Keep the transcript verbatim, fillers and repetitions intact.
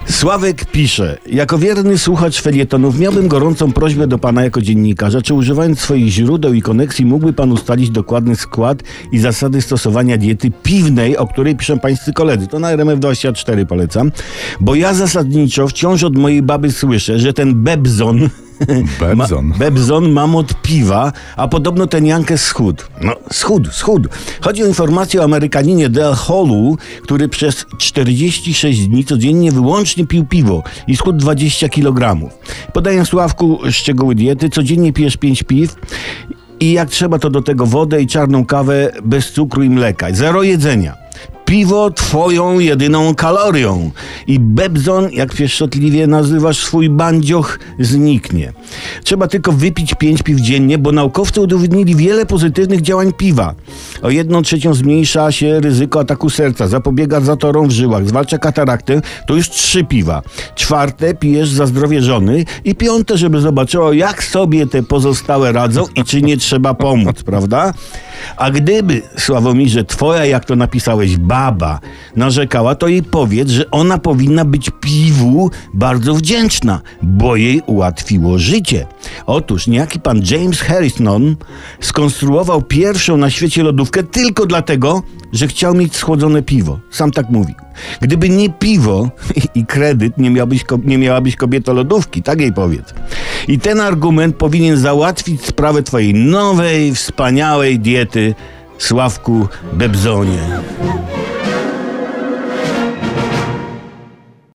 Sławek pisze: jako wierny słuchacz felietonów miałbym gorącą prośbę do pana jako dziennikarza, czy używając swoich źródeł i koneksji mógłby pan ustalić dokładny skład i zasady stosowania diety piwnej, o której piszą pańscy koledzy. To na R M F dwadzieścia cztery polecam, bo ja zasadniczo wciąż od mojej baby słyszę, że ten Bebzon Bebzon. Ma, Bebzon mam od piwa, a podobno ten Jankes schudł. No, schudł, schudł. Chodzi o informację o Amerykaninie Dale Hallu, który przez czterdzieści sześć dni codziennie wyłącznie pił piwo i schudł dwadzieścia kilogramów. Podaję Sławku szczegóły diety. Codziennie pijesz pięć piw i jak trzeba, to do tego wodę i czarną kawę bez cukru i mleka. Zero jedzenia. Piwo twoją jedyną kalorią i Bebzon, jak pieszczotliwie nazywasz swój bandzioch, zniknie. Trzeba tylko wypić pięć piw dziennie, bo naukowcy udowodnili wiele pozytywnych działań piwa. O jedną trzecią zmniejsza się ryzyko ataku serca, zapobiega zatorom w żyłach, zwalcza kataraktę, to już trzy piwa. Czwarte pijesz za zdrowie żony i piąte, żeby zobaczyło, jak sobie te pozostałe radzą i czy nie trzeba pomóc, prawda? A gdyby, Sławomirze, twoja, jak to napisałeś, baba narzekała, to jej powiedz, że ona powinna być piwu bardzo wdzięczna, bo jej ułatwiło życie. Otóż niejaki pan James Harrison skonstruował pierwszą na świecie lodówkę tylko dlatego, że chciał mieć schłodzone piwo. Sam tak mówił. Gdyby nie piwo i kredyt, nie, miałbyś, nie miałabyś kobieto lodówki, tak jej powiedz. I ten argument powinien załatwić sprawę twojej nowej, wspaniałej diety, Sławku Bebzonie.